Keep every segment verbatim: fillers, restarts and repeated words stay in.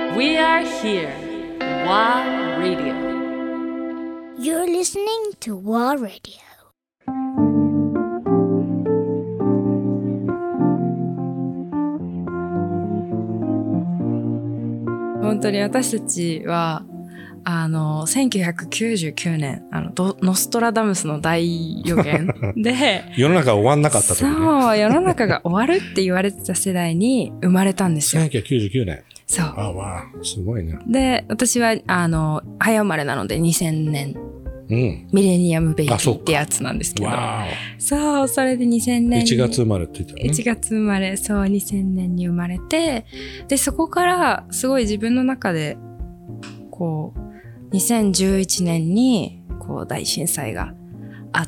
We are here, WA Radio. You're listening to WA Radio. 本当に私たちはあのせんきゅうひゃくきゅうじゅうきゅうねんあのドノストラダムスの大予言で世の中終わんなかった時ね。 そう世の中が終わるって言われてた世代に生まれたんですよ。 せんきゅうひゃくきゅうじゅうきゅうねん。 そう。 あわあすごいね。 で私はあの早生まれなのでにせんねん、 うん、 ミレニアムベイビーってやつなんですけど、 わそうそれでにせんねんいちがつ生まれって言ったよね。 いちがつ生まれ、そうにせんねんに生まれて、でそこからすごい自分の中でこうにせんじゅういちねんにこう大震災があって、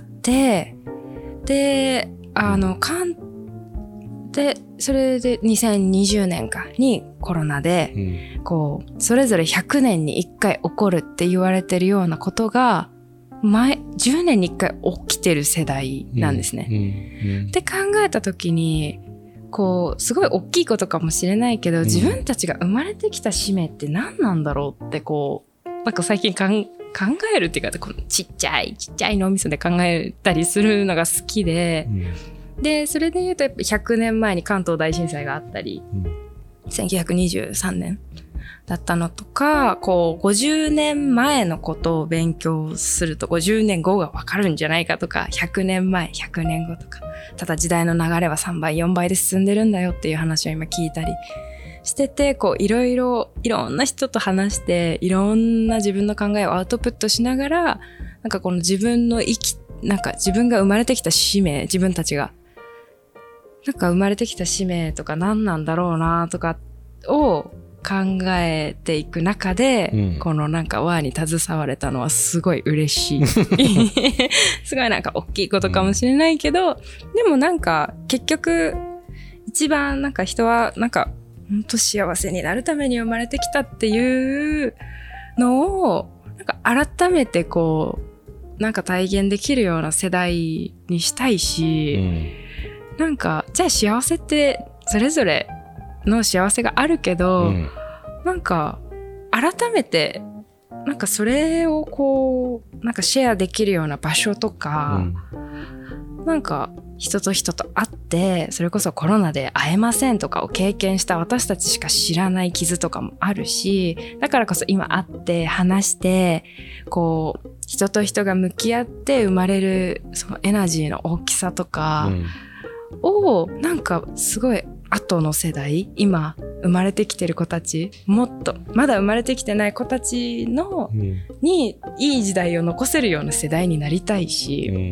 であのかんでそれでにせんにじゅうねんかにコロナで、うん、こうそれぞれひゃくねんにいっかい起こるって言われてるようなことが前じゅうねんにいっかい起きてる世代なんですね、うんうんうん、って考えた時にこうすごい大きいことかもしれないけど、うん、自分たちが生まれてきた使命って何なんだろうってこうなんか最近かん考えるっていうかこのちっちゃいちっちゃい脳みそで考えたりするのが好きで、うん、でそれで言うとやっぱひゃくねんまえに関東大震災があったり、うん、せんきゅうひゃくにじゅうさんねんだったのとか、こうごじゅうねんまえのことを勉強するとごじゅうねんごがわかるんじゃないかとか、ひゃくねんまえひゃくねんごとか、ただ時代の流れはさんばいよんばいで進んでるんだよっていう話を今聞いたりしてて、こういろいろいろんな人と話していろんな自分の考えをアウトプットしながら、なんかこの自分の生きなんか自分が生まれてきた使命、自分たちがなんか生まれてきた使命とか何なんだろうなとかを考えていく中で、うん、このなんかワーに携われたのはすごい嬉しいすごいなんか大きいことかもしれないけど、うん、でもなんか結局一番なんか人はなんか本当幸せになるために生まれてきたっていうのをなんか改めてこうなんか体現できるような世代にしたいし、うん、なんかじゃあ幸せってそれぞれの幸せがあるけど、うん、なんか改めてなんかそれをこうなんかシェアできるような場所とか、うん、なんか人と人と会ってそれこそコロナで会えませんとかを経験した私たちしか知らない傷とかもあるし、だからこそ今会って話してこう人と人が向き合って生まれるそのエナジーの大きさとかをなんかすごい後の世代、今生まれてきてる子たち、もっとまだ生まれてきてない子たちの、うん、にいい時代を残せるような世代になりたいし、うん、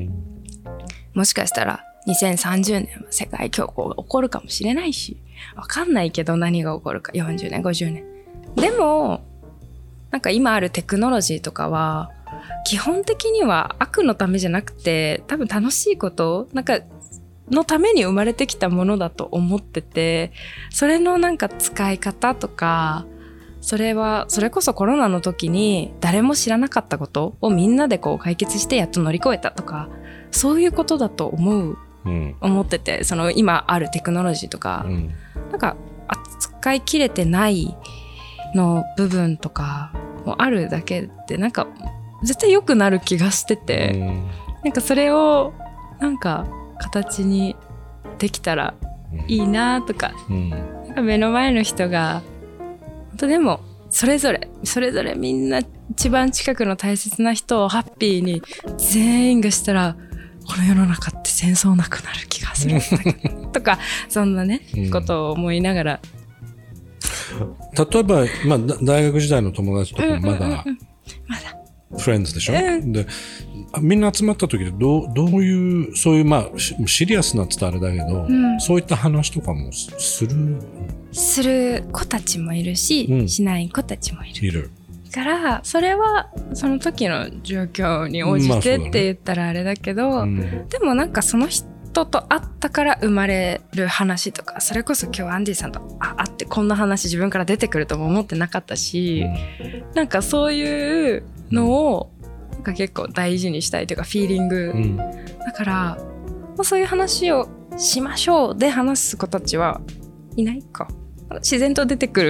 もしかしたらにせんさんじゅうねんは世界恐慌が起こるかもしれないし、わかんないけど何が起こるか、よんじゅうねんごじゅうねんでもなんか今あるテクノロジーとかは基本的には悪のためじゃなくて多分楽しいことなんかのために生まれてきたものだと思ってて、それのなんか使い方とか、それはそれこそコロナの時に誰も知らなかったことをみんなでこう解決してやっと乗り越えたとか、そういうことだと思う、うん、思ってて、その今あるテクノロジーとか、うん、なんか扱いきれてないの部分とかもあるだけでなんか絶対良くなる気がしてて、うん、なんかそれをなんか形にできたらいいなとか、うん、なんか目の前の人が本当でもそれぞれそれぞれみんな一番近くの大切な人をハッピーに全員がしたらこの世の中って戦争なくなる気がするとかそんなね、うん、ことを思いながら、 例えば、まあ、大学時代の友達とかもまだ、うんうんうんうん、まだフレンズでしょ、うん、でみんな集まった時でどう、どういうそういうまあシリアスなって言ったらあれだけど、うん、そういった話とかもするする子たちもいるし、うん、しない子たちもいる。 いるからそれはその時の状況に応じてって言ったらあれだけど、まあそうだね、うん、でもなんかその人と会ったから生まれる話とか、それこそ今日アンディさんと会ってこんな話自分から出てくるとも思ってなかったし、うん、なんかそういうのをなんか結構大事にしたいというかフィーリング、うん、だから、まあ、そういう話をしましょうで話す子たちはいないか、自然と出てくる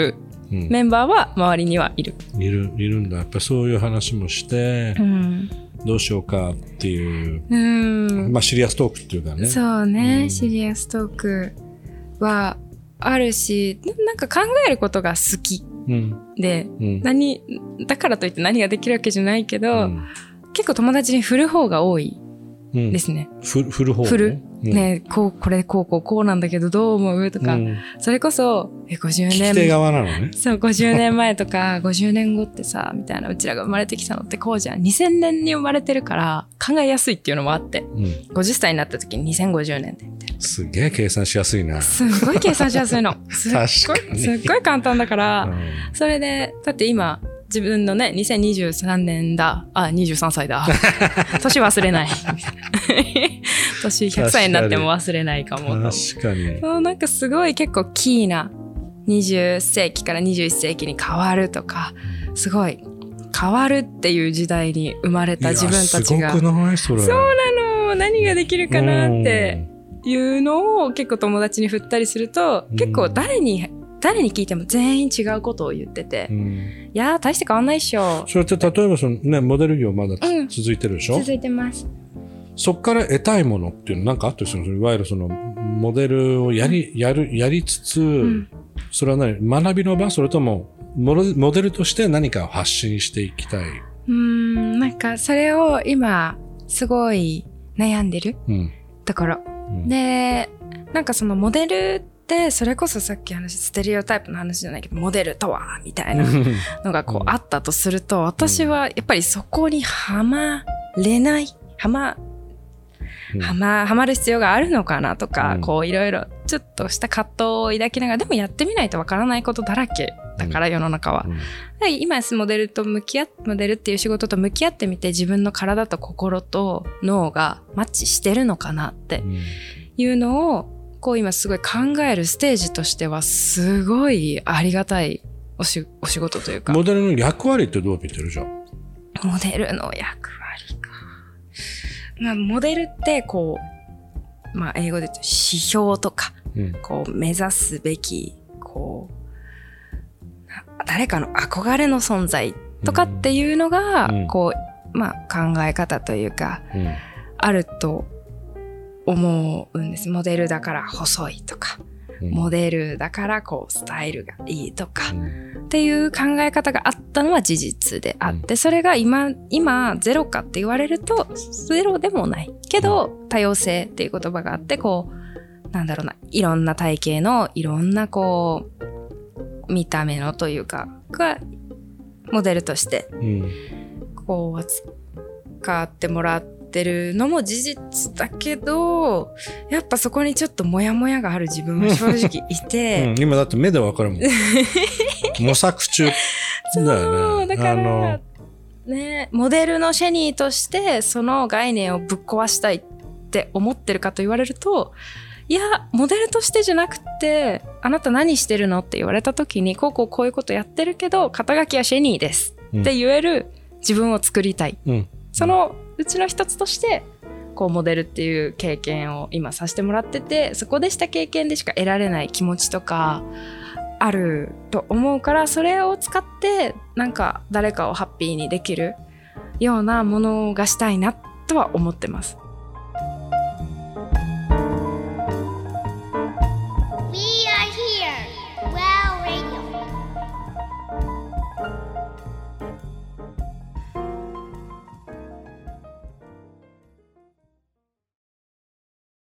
メンバーは周りにはいる、 いるいるんだ。やっぱりそういう話もして、うん、どうしようかっていう、うん、まあシリアストークっていうかね。 そうね、うん、シリアストークはあるし、なんか考えることが好き、うん、で、うん、何だからといって何ができるわけじゃないけど、うん、結構友達に振る方が多いですね。 うん、ふ振る方、ね、 振る、うん、ね、こうこれこうこうこうなんだけどどう思うとか、うん、それこそえごじゅうねん、 聞き手側なのね。 そうごじゅうねんまえとかごじゅうねんごってさみたいな、うちらが生まれてきたのってこうじゃん、にせんねんに生まれてるから考えやすいっていうのもあって、うん、ごじゅっさいになった時ににせんごじゅうねんでみたいな。 すげえ計算しやすいな。 すごい計算しやすいの。すっごいすっごい簡単だから、うん、それでだって今自分のねにせんにじゅうさんねんだ、あにじゅうさんさいだ年忘れない年ひゃくさいになっても忘れないかもと。 確かに。 そうなんかすごい結構キーなにじゅっせいきからにじゅういっせいきに変わるとか、すごい変わるっていう時代に生まれた自分たちが、 すごくないそれ。 そうなの、何ができるかなっていうのを結構友達に振ったりすると、結構誰に誰に聞いても全員違うことを言ってて、うん、いやー大して変わんないっしょ。 それって例えばその、ね、モデル業まだ、うん、続いてるでしょ。 続いてます。 そっから得たいものっていうのなんかあったりするの？いわゆるそのモデルをやり、うん、やるやりつつ、うん、それは何、学びの場、それともモデルとして何かを発信していきたい？うーん、なんかそれを今すごい悩んでるところ、うん、でなんかそのモデルでそれこそさっき話ステレオタイプの話じゃないけどモデルとはみたいなのがこうあったとすると、私はやっぱりそこにはまれない、はまはまはまる必要があるのかなとか、うん、こういろいろちょっとした葛藤を抱きながら、でもやってみないとわからないことだらけだから世の中は、うんうん、今モデルと向き合っモデルっていう仕事と向き合ってみて、自分の体と心と脳がマッチしてるのかなっていうのをこう今すごい考えるステージとしてはすごいありがたいおし、お仕事というか。 モデルの役割ってどう見てるじゃん。 モデルの役割か、まあ、モデルってこう、まあ、英語で言うと指標とか、うん、こう目指すべきこう誰かの憧れの存在とかっていうのが、うん、こう、まあ、考え方というか、うん、あると思うんです。モデルだから細いとか、うん、モデルだからこうスタイルがいいとか、うん、っていう考え方があったのは事実であって、うん、それが今今ゼロかって言われるとゼロでもないけど、うん、多様性っていう言葉があって、こうなんだろうな、いろんな体型のいろんなこう見た目のというかがモデルとしてこう扱ってもらってってるのも事実だけど、やっぱそこにちょっとモヤモヤがある自分は正直いて、 うん、今だって目でわかるもん模索中だよね。 そうだからね、モデルのシェニーとしてその概念をぶっ壊したいって思ってるかと言われると、いやモデルとしてじゃなくて、あなた何してるのって言われた時に、こうこうこういうことやってるけど肩書きはシェニーですって言える自分を作りたい、うん、そのうちの一つとしてこうモデルっていう経験を今させてもらってて、そこでした経験でしか得られない気持ちとかあると思うから、それを使ってなんか誰かをハッピーにできるようなものがしたいなとは思ってます。